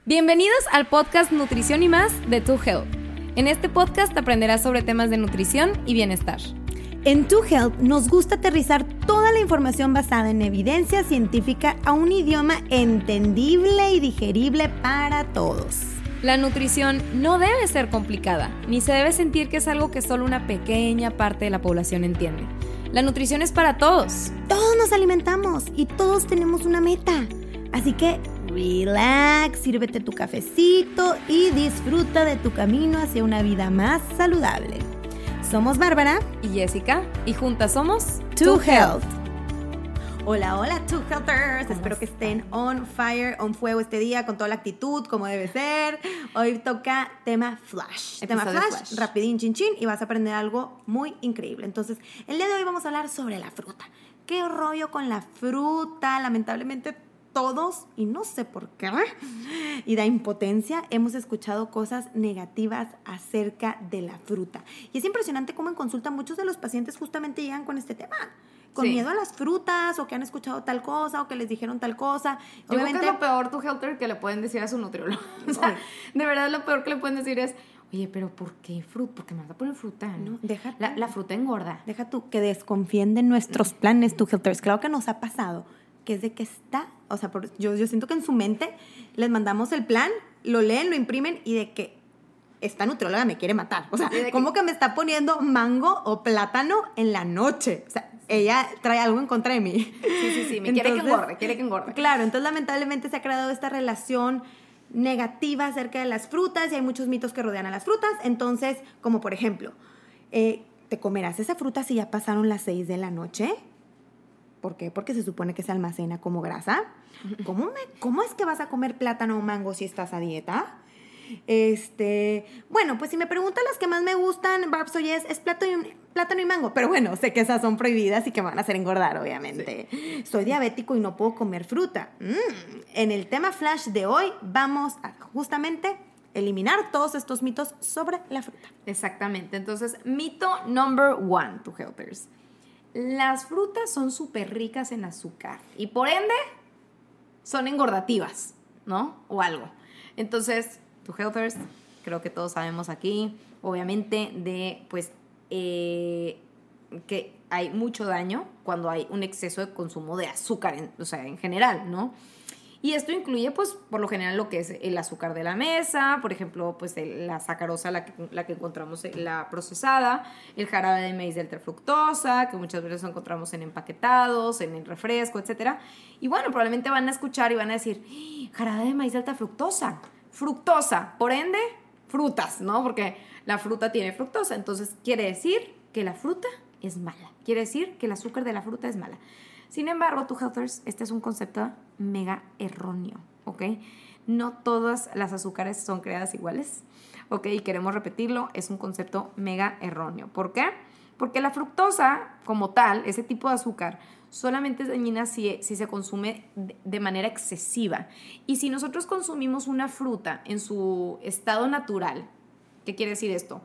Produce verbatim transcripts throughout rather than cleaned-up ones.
Bienvenidos al podcast Nutrición y Más de two Health. En este podcast aprenderás sobre temas de nutrición y bienestar. En two Health nos gusta aterrizar toda la información basada en evidencia científica a un idioma entendible y digerible para todos. La nutrición no debe ser complicada, ni se debe sentir que es algo que solo una pequeña parte de la población entiende. La nutrición es para todos. Todos nos alimentamos y todos tenemos una meta. Así que relax, sírvete tu cafecito y disfruta de tu camino hacia una vida más saludable. Somos Bárbara y Jessica y juntas somos two Health. Hola, hola two Healthers. Espero que estén on fire, on fuego este día con toda la actitud como debe ser. Hoy toca tema flash. Episodio tema flash, flash. rapidín, chin chin y vas a aprender algo muy increíble. Entonces, el día de hoy vamos a hablar sobre la fruta. ¿Qué rollo con la fruta? Lamentablemente todos, y no sé por qué, y da impotencia, hemos escuchado cosas negativas acerca de la fruta. Y es impresionante cómo en consulta muchos de los pacientes justamente llegan con este tema, con Sí. miedo a las frutas, o que han escuchado tal cosa, o que les dijeron tal cosa. Yo Obviamente, creo que es lo peor, tu Healther, que le pueden decir a su nutriólogo. O sea, de verdad lo peor que le pueden decir es, oye, pero ¿por qué fruta? ¿Por qué me vas a poner fruta? No, deja la, la fruta engorda. Deja tú, que desconfíen de nuestros planes, tu Healthers. Claro que nos ha pasado, que es de que está, o sea, por, yo, yo siento que en su mente les mandamos el plan, lo leen, lo imprimen y de que esta nutrióloga me quiere matar. O sea, ¿cómo que... que me está poniendo mango o plátano en la noche? O sea, ella trae algo en contra de mí. Sí, sí, sí, me entonces, quiere que engorde, quiere que engorde. Claro, entonces lamentablemente se ha creado esta relación negativa acerca de las frutas y hay muchos mitos que rodean a las frutas. Entonces, como por ejemplo, eh, ¿te comerás esa fruta si ya pasaron las seis de la noche? ¿Por qué? Porque se supone que se almacena como grasa. ¿Cómo, me, ¿Cómo es que vas a comer plátano o mango si estás a dieta? Este, bueno, pues si me preguntan las que más me gustan, Barbs o Yes, es plátano y, plátano y mango. Pero bueno, sé que esas son prohibidas y que me van a hacer engordar, obviamente. Sí. Soy diabético y no puedo comer fruta. Mm. En el tema flash de hoy vamos a justamente eliminar todos estos mitos sobre la fruta. Exactamente. Entonces, mito number one, to Healthers. Las frutas son súper ricas en azúcar y por ende son engordativas, ¿no? O algo. Entonces, to Healthers, creo que todos sabemos aquí, obviamente, de pues eh, que hay mucho daño cuando hay un exceso de consumo de azúcar, en, o sea, en general, ¿no? Y esto incluye, pues, por lo general lo que es el azúcar de la mesa, por ejemplo, pues el, la sacarosa, la que, la que encontramos en la procesada, el jarabe de maíz de alta fructosa, que muchas veces encontramos en empaquetados, en el refresco, etcétera. Y bueno, probablemente van a escuchar y van a decir, jarabe de maíz de alta fructosa, fructosa, por ende, frutas, ¿no? Porque la fruta tiene fructosa, entonces quiere decir que la fruta es mala, quiere decir que el azúcar de la fruta es mala. Sin embargo, to Healthers, este es un concepto mega erróneo, ¿ok? No todas las azúcares son creadas iguales, ¿ok? Y queremos repetirlo, es un concepto mega erróneo. ¿Por qué? Porque la fructosa, como tal, ese tipo de azúcar, solamente es dañina si, si se consume de, de manera excesiva. Y si nosotros consumimos una fruta en su estado natural, ¿qué quiere decir esto?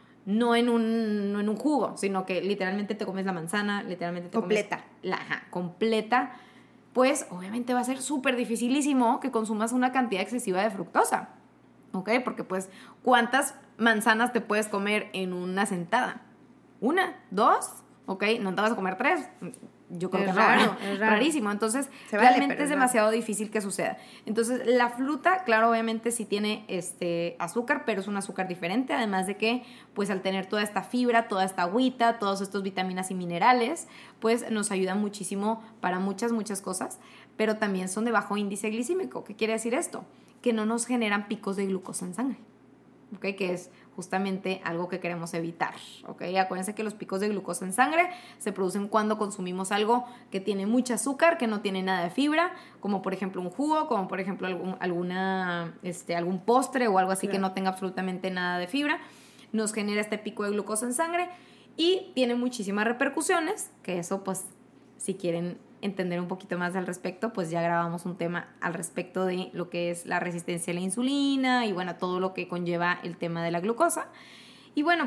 No en un, no en un jugo, sino que literalmente te comes la manzana, literalmente te completa. comes la ajá, completa, pues obviamente va a ser súper dificilísimo que consumas una cantidad excesiva de fructosa, ¿ok? Porque pues, ¿cuántas manzanas te puedes comer en una sentada? ¿Una? ¿Dos? ¿Ok? ¿No te vas a comer tres? Yo creo es que raro, no, es raro. Rarísimo. Entonces, Se vale, realmente pero es es demasiado difícil que suceda. Entonces, la fruta, claro, obviamente sí tiene este azúcar, pero es un azúcar diferente, además de que, pues, al tener toda esta fibra, toda esta agüita, todos estos vitaminas y minerales, pues, nos ayudan muchísimo para muchas, muchas cosas, pero también son de bajo índice glicémico. ¿Qué quiere decir esto? Que no nos generan picos de glucosa en sangre, ¿ok? Que es justamente algo que queremos evitar, ¿ok? Acuérdense que los picos de glucosa en sangre se producen cuando consumimos algo que tiene mucho azúcar, que no tiene nada de fibra, como por ejemplo un jugo, como por ejemplo algún, alguna, este, algún postre o algo así, claro, que no tenga absolutamente nada de fibra, nos genera este pico de glucosa en sangre y tiene muchísimas repercusiones, que eso pues si quieren entender un poquito más al respecto, pues ya grabamos un tema al respecto de lo que es la resistencia a la insulina y bueno, todo lo que conlleva el tema de la glucosa. Y bueno, pues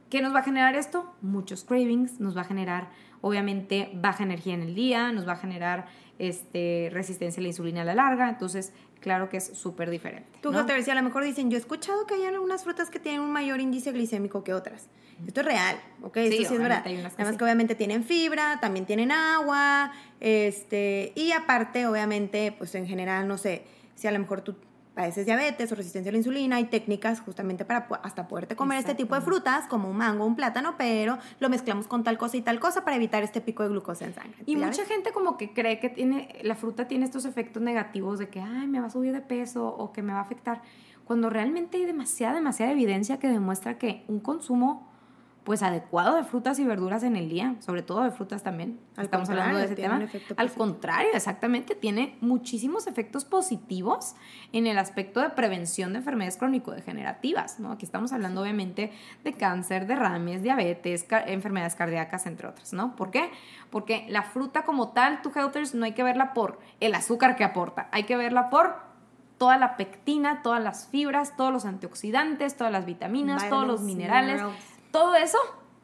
¿Qué nos va a generar esto? Muchos cravings, nos va a generar, obviamente, baja energía en el día, nos va a generar este, resistencia a la insulina a la larga, entonces, claro que es súper diferente. Tú, ¿no? Jotter, si a lo mejor dicen, yo he escuchado que hay algunas frutas que tienen un mayor índice glicémico que otras. Esto es real, ¿ok? Sí, Esto sí es verdad. hay unas que Además sí. que obviamente tienen fibra, también tienen agua, este, y aparte, obviamente, pues en general, no sé, si a lo mejor tú padeces diabetes o resistencia a la insulina, hay técnicas justamente para po- hasta poderte comer este tipo de frutas, como un mango, un plátano, pero lo mezclamos con tal cosa y tal cosa para evitar este pico de glucosa en sangre. Y ¿Ya mucha ves? gente como que cree que tiene, la fruta tiene estos efectos negativos de que, ay, me va a subir de peso o que me va a afectar, cuando realmente hay demasiada, demasiada evidencia que demuestra que un consumo pues adecuado de frutas y verduras en el día, sobre todo de frutas también, Al estamos hablando de ese contrario, tiene tema, un efecto al positivo. contrario, exactamente, tiene muchísimos efectos positivos en el aspecto de prevención de enfermedades crónico-degenerativas, ¿no? Aquí estamos hablando obviamente de cáncer, derrames, diabetes, ca- enfermedades cardíacas, entre otras, ¿no? ¿Por qué? Porque la fruta como tal, tu Healthers, no hay que verla por el azúcar que aporta, hay que verla por toda la pectina, todas las fibras, todos los antioxidantes, todas las vitaminas, Vitamins, todos los minerales, minerals. todo eso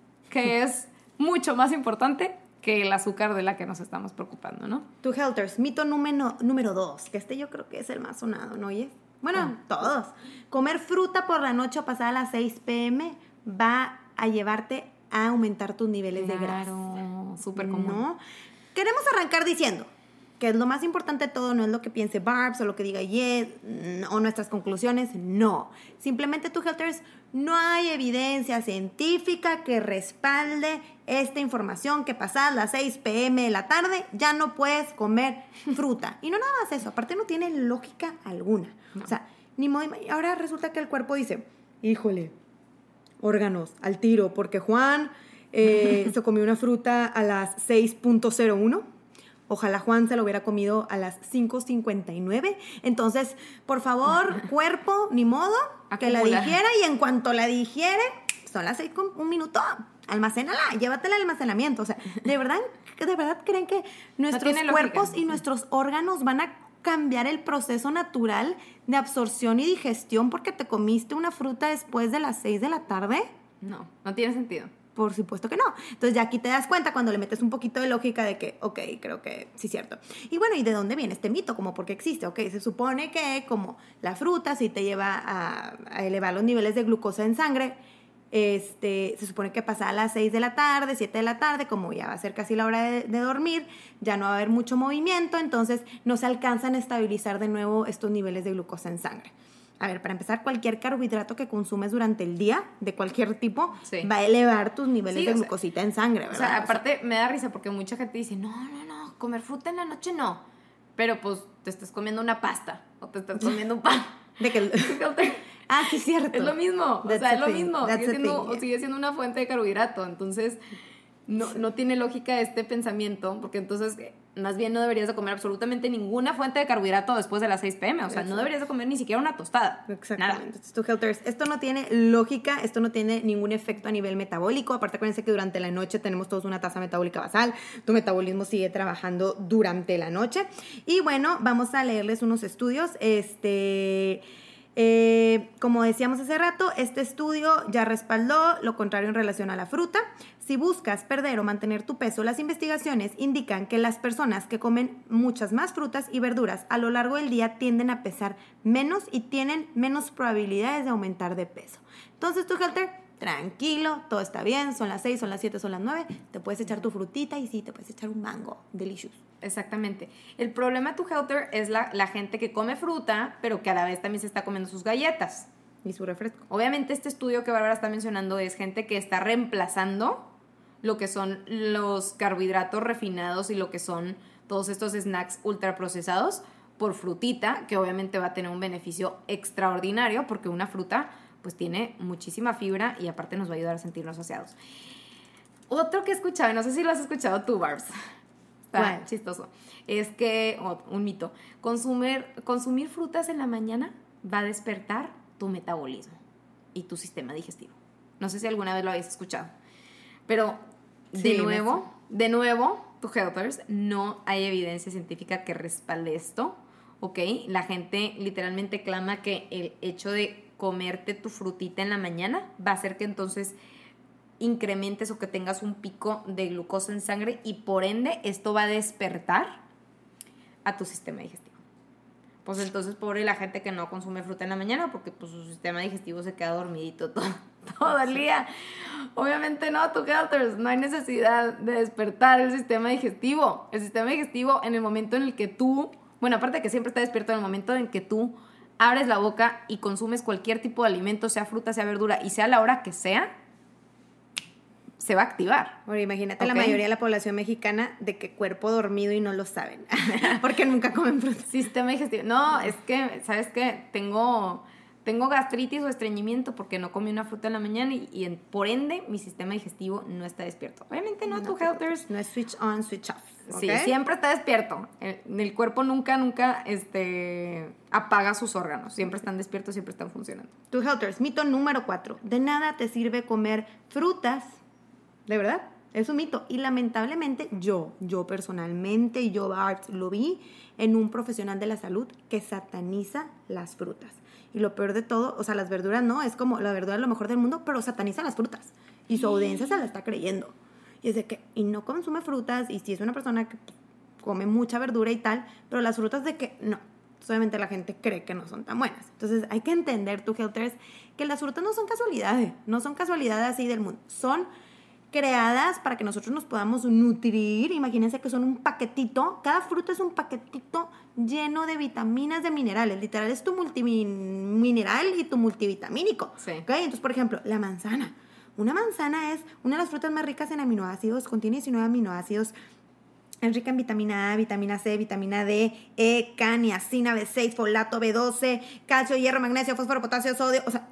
que es mucho más importante que el azúcar de la que nos estamos preocupando, ¿no? Tu Helters, mito número, número dos, que este yo creo que es el más sonado, ¿no oyes? Bueno, Oh. todos. Comer fruta por la noche o pasada las seis pm va a llevarte a aumentar tus niveles de grasa. Claro, súper común. ¿No? Queremos arrancar diciendo que es lo más importante de todo, no es lo que piense Barbs o lo que diga Yes o nuestras conclusiones, no. Simplemente tu Helters, no hay evidencia científica que respalde esta información que pasadas las seis pm de la tarde ya no puedes comer fruta. Y no nada más eso, aparte no tiene lógica alguna. No. O sea, ni modo, ahora resulta que el cuerpo dice, híjole, órganos, al tiro, porque Juan eh, se comió una fruta a las seis punto cero uno. Ojalá Juan se lo hubiera comido a las cinco cincuenta y nueve. Entonces, por favor, cuerpo, ni modo, que la Acumula. digiera y en cuanto la digiere, son las seis con un minuto, almacénala, llévatela al almacenamiento. O sea, ¿de verdad, de verdad creen que nuestros tiene cuerpos lógica. y nuestros órganos van a cambiar el proceso natural de absorción y digestión porque te comiste una fruta después de las seis de la tarde? No, no tiene sentido. Por supuesto que no. Entonces ya aquí te das cuenta cuando le metes un poquito de lógica de que, ok, creo que sí es cierto. Y bueno, ¿y de dónde viene este mito? Como por qué existe. Ok, se supone que como la fruta sí te lleva a, a elevar los niveles de glucosa en sangre, este, se supone que pasa a las seis de la tarde, siete de la tarde, como ya va a ser casi la hora de, de dormir, ya no va a haber mucho movimiento, entonces no se alcanzan a estabilizar de nuevo estos niveles de glucosa en sangre. A ver, para empezar, cualquier carbohidrato que consumes durante el día, de cualquier tipo, Sí. va a elevar tus niveles Sí, de o sea, glucosita en sangre, O ¿verdad? sea, aparte me da risa porque mucha gente dice, no, no, no, comer fruta en la noche no. Pero pues te estás comiendo una pasta o te estás comiendo un pan. de que... ah, sí, es cierto. Es lo mismo, o That's sea, a es lo thing. mismo, That's sigue a siendo, thing, o yeah. sigue siendo una fuente de carbohidrato, entonces no, no tiene lógica este pensamiento, porque entonces eh, más bien no deberías de comer absolutamente ninguna fuente de carbohidrato después de las seis pm, o sea, Exacto. no deberías de comer ni siquiera una tostada, Exactamente. nada. Entonces, tu Helters, esto no tiene lógica, esto no tiene ningún efecto a nivel metabólico. Aparte, acuérdense que durante la noche tenemos todos una tasa metabólica basal. Tu metabolismo sigue trabajando durante la noche. Y bueno, vamos a leerles unos estudios. Este... Eh, como decíamos hace rato, este estudio ya respaldó lo contrario en relación a la fruta. Si buscas perder o mantener tu peso, las investigaciones indican que las personas que comen muchas más frutas y verduras a lo largo del día tienden a pesar menos y tienen menos probabilidades de aumentar de peso. Entonces, tu Helter, tranquilo, todo está bien, son las seis, son las siete, son las nueve, te puedes echar tu frutita y sí, te puedes echar un mango, delicious. Exactamente. El problema de tu Helter es la, la gente que come fruta, pero que a la vez también se está comiendo sus galletas. Y su refresco. Obviamente este estudio que Bárbara está mencionando es gente que está reemplazando lo que son los carbohidratos refinados y lo que son todos estos snacks ultraprocesados por frutita, que obviamente va a tener un beneficio extraordinario porque una fruta pues tiene muchísima fibra y aparte nos va a ayudar a sentirnos saciados. Otro que he escuchado, y no sé si lo has escuchado tú, Barbs, está ¿Cuál? chistoso, es que, oh, un mito, consumir, consumir frutas en la mañana va a despertar tu metabolismo y tu sistema digestivo. No sé si alguna vez lo habéis escuchado, pero de Sí, nuevo, de nuevo, tu Helpers, no hay evidencia científica que respalde esto, ¿ok? La gente literalmente clama que el hecho de comerte tu frutita en la mañana va a hacer que entonces incrementes o que tengas un pico de glucosa en sangre y por ende esto va a despertar a tu sistema digestivo. Pues entonces, pobre la gente que no consume fruta en la mañana porque pues su sistema digestivo se queda dormidito todo, todo el día. Obviamente no, tu Helters, no hay necesidad de despertar el sistema digestivo. El sistema digestivo en el momento en el que tú, bueno, aparte de que siempre está despierto, en el momento en que tú abres la boca y consumes cualquier tipo de alimento, sea fruta, sea verdura y sea la hora que sea, se va a activar. Bueno, imagínate, ¿Okay? La mayoría de la población mexicana de que cuerpo dormido y no lo saben, porque nunca comen fruta. Sistema digestivo. No, es que, ¿sabes qué? Tengo, tengo gastritis o estreñimiento porque no comí una fruta en la mañana y, y en, por ende mi sistema digestivo no está despierto. Obviamente no, No tu Helters. No es switch on, switch off. Sí, ¿okay? siempre está despierto. El, el cuerpo nunca, nunca este, apaga sus órganos. Siempre están despiertos, siempre están funcionando. Tu Helters, mito número cuatro. De nada te sirve comer frutas. De verdad, es un mito. Y lamentablemente yo, yo personalmente, yo Bart, lo vi en un profesional de la salud que sataniza las frutas. Y lo peor de todo, o sea, las verduras no, es como la verdura es lo mejor del mundo, pero sataniza las frutas. Y su audiencia se la está creyendo. Y es de que, y no consume frutas, y si es una persona que come mucha verdura y tal, pero las frutas de que no. Obviamente la gente cree que no son tan buenas. Entonces hay que entender, tu Helters, que las frutas no son casualidades, no son casualidades así del mundo. Son creadas para que nosotros nos podamos nutrir. Imagínense que son un paquetito, cada fruta es un paquetito lleno de vitaminas, de minerales, literal es tu multimineral y tu multivitamínico. Sí. ¿Okay? Entonces, por ejemplo, la manzana. Una manzana es una de las frutas más ricas en aminoácidos, contiene diecinueve aminoácidos, es rica en vitamina A, vitamina C, vitamina D, E, K, niacina, B seis, folato, B doce, calcio, hierro, magnesio, fósforo, potasio, sodio, o sea,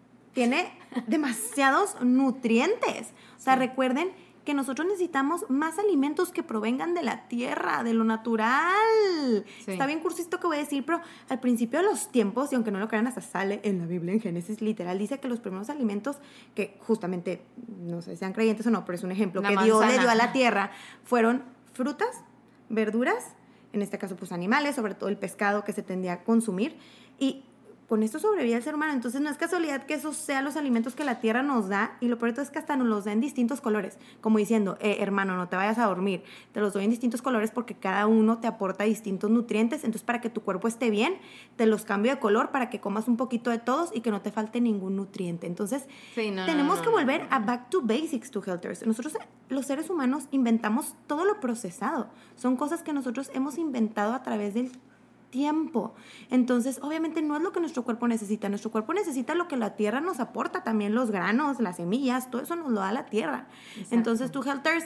tiene demasiados nutrientes. O sea, sí. Recuerden que nosotros necesitamos más alimentos que provengan de la tierra, de lo natural. Sí. Está bien cursista que voy a decir, pero al principio de los tiempos, y aunque no lo crean, hasta sale en la Biblia, en Génesis, literal, dice que los primeros alimentos que justamente, no sé si sean creyentes o no, pero es un ejemplo, la que manzana. Dios le dio a la tierra, fueron frutas, verduras, en este caso pues animales, sobre todo el pescado que se tendía a consumir, y con esto sobrevive el ser humano. Entonces no es casualidad que esos sean los alimentos que la tierra nos da, y lo peor de todo es que hasta nos los da en distintos colores, como diciendo, eh, hermano, no te vayas a dormir, te los doy en distintos colores porque cada uno te aporta distintos nutrientes, entonces para que tu cuerpo esté bien, te los cambio de color para que comas un poquito de todos y que no te falte ningún nutriente. Entonces sí, no, tenemos no, no, que volver no, no. a back to basics, to Helters. Nosotros, los seres humanos, inventamos todo lo procesado, son cosas que nosotros hemos inventado a través del tiempo. Entonces, obviamente no es lo que nuestro cuerpo necesita. Nuestro cuerpo necesita lo que la tierra nos aporta, también los granos, las semillas, todo eso nos lo da la tierra. Exacto. Entonces, tu Helters,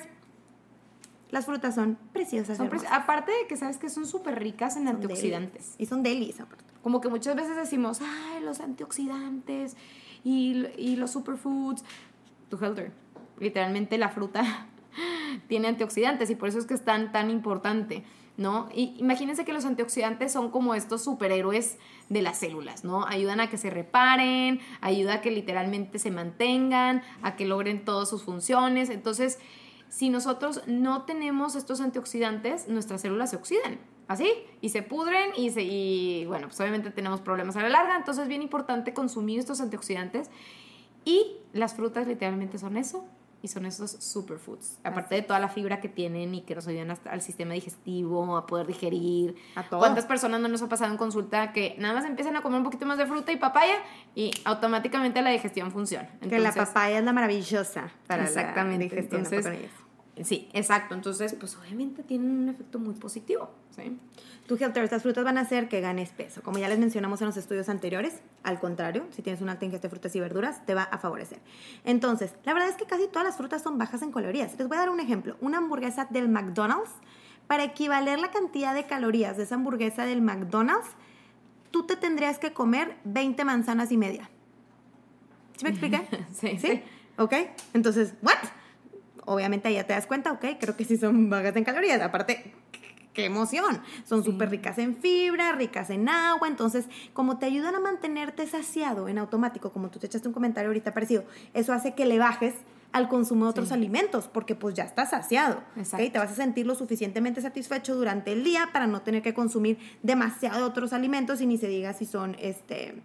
las frutas son preciosas. Son preci- aparte de que sabes que son súper ricas en son antioxidantes. Delis. Y son delis, aparte. Como que muchas veces decimos, ay, los antioxidantes y, y los superfoods. Tu Helter, literalmente la fruta tiene antioxidantes y por eso es que es tan, tan importante, ¿no? Y imagínense que los antioxidantes son como estos superhéroes de las células, ¿no? Ayudan a que se reparen, ayuda a que literalmente se mantengan, a que logren todas sus funciones. Entonces, si nosotros no tenemos estos antioxidantes, nuestras células se oxidan, así, y se pudren y, se, y bueno, pues obviamente tenemos problemas a la larga. Entonces es bien importante consumir estos antioxidantes y las frutas literalmente son eso. Y son esos superfoods. Aparte de toda la fibra que tienen y que nos ayudan hasta al sistema digestivo, a poder digerir. A todo. ¿Cuántas personas no nos ha pasado en consulta que nada más empiezan a comer un poquito más de fruta y papaya y automáticamente la digestión funciona? Entonces, que la papaya es la maravillosa para exactamente, la digestión. Entonces, sí, exacto. Entonces, pues obviamente tienen un efecto muy positivo, ¿sí? Tu Helter, estas frutas van a hacer que ganes peso. Como ya les mencionamos en los estudios anteriores, al contrario, si tienes una alta ingesta de frutas y verduras, te va a favorecer. Entonces, la verdad es que casi todas las frutas son bajas en calorías. Les voy a dar un ejemplo. Una hamburguesa del McDonald's, para equivaler la cantidad de calorías de esa hamburguesa del McDonald's, tú te tendrías que comer veinte manzanas y media. ¿Sí me expliqué? sí, sí. ¿Sí? ¿Ok? Entonces, ¿what? Obviamente ahí ya te das cuenta, ok, creo que sí son bajas en calorías. Aparte, ¡qué emoción! Son súper sí. ricas en fibra, ricas en agua. Entonces, como te ayudan a mantenerte saciado en automático, como tú te echaste un comentario ahorita parecido, eso hace que le bajes al consumo de otros sí. alimentos, porque pues ya estás saciado. ¿Okay? Te vas a sentir lo suficientemente satisfecho durante el día para no tener que consumir demasiado de otros alimentos, y ni se diga si son este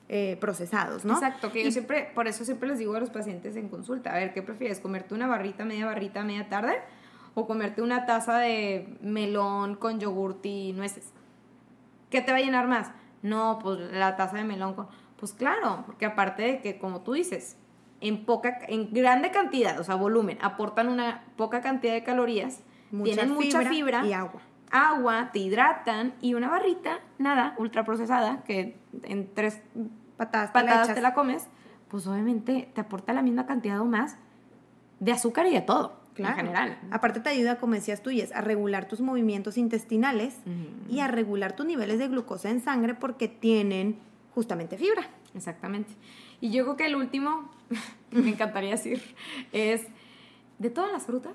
eh, procesados, ¿no? Exacto, que yo Y- siempre, por eso siempre les digo a los pacientes en consulta, a ver, ¿qué prefieres? ¿Comerte una barrita, media barrita, media tarde? ¿O comerte una taza de melón con yogurt y nueces? ¿Qué te va a llenar más? No, pues la taza de melón con... Pues claro, porque aparte de que, como tú dices, en poca, en grande cantidad, o sea, volumen, aportan una poca cantidad de calorías, Mucha tienen mucha fibra fibra y agua. agua, te hidratan, y una barrita, nada, ultraprocesada, que en tres Patadas, te la patadas echas. te la comes, pues obviamente te aporta la misma cantidad o más de azúcar y de todo, Claro. en general. Aparte te ayuda, como decías tú, y es a regular tus movimientos intestinales Ujú. y a regular tus niveles de glucosa en sangre porque tienen justamente fibra. Exactamente. Y yo creo que el último, que me encantaría decir, es, de todas las frutas,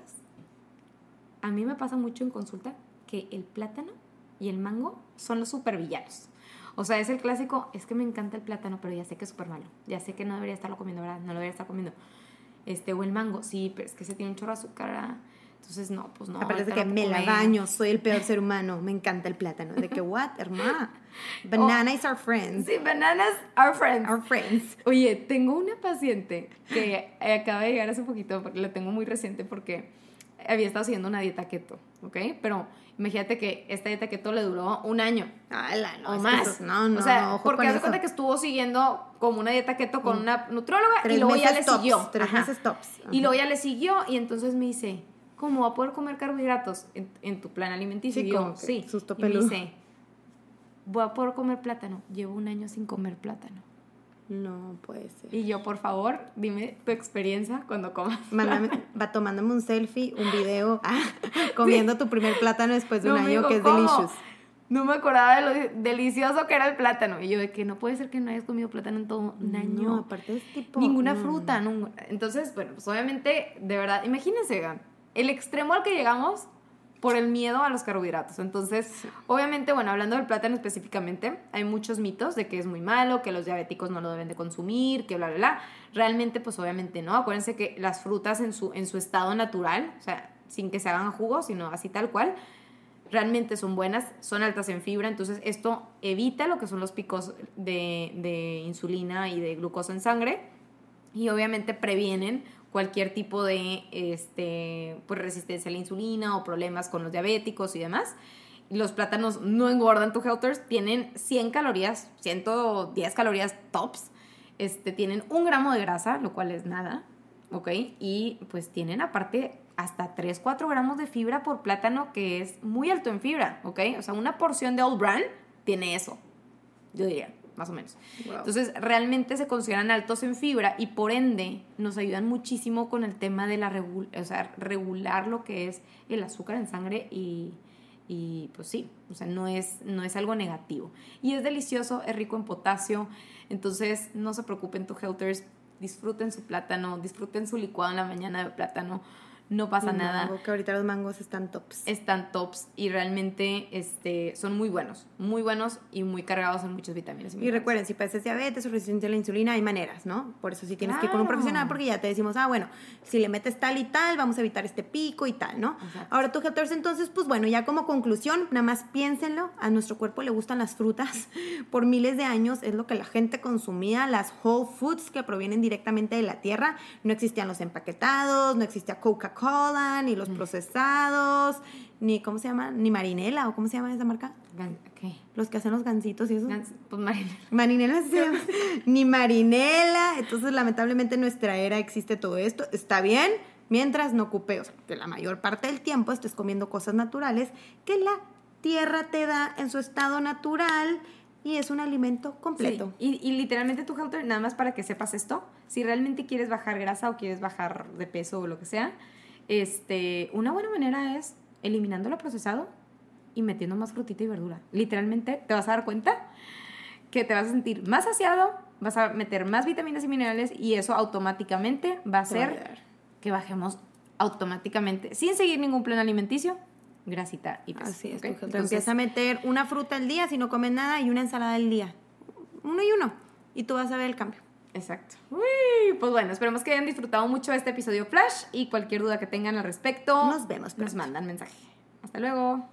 a mí me pasa mucho en consulta que el plátano y el mango son los supervillanos. O sea, es el clásico, es que me encanta el plátano, pero ya sé que es súper malo. Ya sé que no debería estarlo comiendo, ¿verdad? No lo debería estar comiendo. Este, o el mango, sí, pero es que se tiene un chorro de azúcar, ¿verdad? Entonces, no, pues no. Aparte de ahorita que no me la comer. baño, soy el peor ser humano, me encanta el plátano. De que, what, hermana? Banana is our friends. Sí, bananas are friends. Our friends. Oye, tengo una paciente que acaba de llegar hace poquito, porque la tengo muy reciente porque había estado siguiendo una dieta keto, ¿ok? Pero imagínate que esta dieta keto le duró un año Ala, no, o es que más. eso- no, no, o sea, ojo porque con hace eso. cuenta que estuvo siguiendo como una dieta keto con una nutrióloga Tres y luego ya le meses tops, siguió. tres Ajá. meses tops. Y Ajá. luego ya le siguió y entonces me dice, ¿cómo va a poder comer carbohidratos en, en tu plan alimenticio? Sí, y yo, como que sí. susto Y me peludo. dice, voy a poder comer plátano. Llevo un año sin comer plátano. No puede ser. Y yo, por favor, dime tu experiencia cuando comas. Mándame, va tomándome un selfie, un video, ah, comiendo tu primer plátano después de No, un me año, dijo, que es ¿cómo? delicious. No me acordaba de lo delicioso que era el plátano. Y yo, de que no puede ser que no hayas comido plátano en todo un año. No, aparte es tipo... Ninguna no. fruta. No. Entonces, bueno, pues obviamente, de verdad, imagínense, vean, el extremo al que llegamos por el miedo a los carbohidratos. Entonces, sí. Obviamente, bueno, hablando del plátano específicamente, hay muchos mitos de que es muy malo, que los diabéticos no lo deben de consumir, que bla, bla, bla. Realmente, pues obviamente no. Acuérdense que las frutas en su, en su estado natural, o sea, sin que se hagan jugos, sino así tal cual, realmente son buenas, son altas en fibra, entonces esto evita lo que son los picos de, de insulina y de glucosa en sangre y obviamente previenen cualquier tipo de este, pues, resistencia a la insulina o problemas con los diabéticos y demás. Los plátanos no engordan, tu Helters, tienen cien calorías, ciento diez calorías tops, este, tienen un gramo de grasa, lo cual es nada, ¿ok? Y pues tienen aparte hasta tres, cuatro gramos de fibra por plátano, que es muy alto en fibra, ¿ok? O sea, una porción de All Bran tiene eso, yo diría, más o menos. Wow. Entonces, realmente se consideran altos en fibra y por ende nos ayudan muchísimo con el tema de la regul- o sea, regular lo que es el azúcar en sangre y, y pues sí, o sea, no es, no es algo negativo. Y es delicioso, es rico en potasio, entonces no se preocupen, tu Helters, disfruten su plátano, disfruten su licuado en la mañana de plátano. No pasa Un nada. Mango, que ahorita los mangos están tops. Están tops y realmente este, son muy buenos, muy buenos y muy cargados en muchas vitaminas. Y, y recuerden, si padeces diabetes o resistencia a la insulina, hay maneras, ¿no? Por eso sí tienes claro. que ir con un profesional, porque ya te decimos, ah, bueno, si le metes tal y tal, vamos a evitar este pico y tal, ¿no? Exacto. Ahora, tu Helters, entonces, pues bueno, ya como conclusión, nada más piénsenlo, a nuestro cuerpo le gustan las frutas. Por miles de años es lo que la gente consumía, las whole foods que provienen directamente de la tierra. No existían los empaquetados, no existía Coca-Cola, ni los procesados, ni, ¿cómo se llama? Ni Marinela, ¿o cómo se llama esa marca? ¿Qué? Los que hacen los gancitos y eso. Gans, pues Marinela. Marinela se llama. Ni Marinela. Entonces, lamentablemente, en nuestra era existe todo esto. Está bien, mientras no ocupe, o sea, que la mayor parte del tiempo estés comiendo cosas naturales que la tierra te da en su estado natural y es un alimento completo. Sí. Y, y literalmente tu Helter, nada más para que sepas esto, si realmente quieres bajar grasa o quieres bajar de peso o lo que sea, Este, una buena manera es eliminando lo procesado y metiendo más frutita y verdura. Literalmente te vas a dar cuenta que te vas a sentir más saciado, vas a meter más vitaminas y minerales y eso automáticamente va a hacer que bajemos automáticamente, sin seguir ningún plan alimenticio, grasita y peso. Así es, ¿okay? Entonces, empieza a meter una fruta al día si no comes nada y una ensalada al día. Uno y uno. Y tú vas a ver el cambio. Exacto. Uy, pues bueno, esperemos que hayan disfrutado mucho este episodio Flash y cualquier duda que tengan al respecto, nos vemos pronto. Nos mandan mensaje. Hasta luego.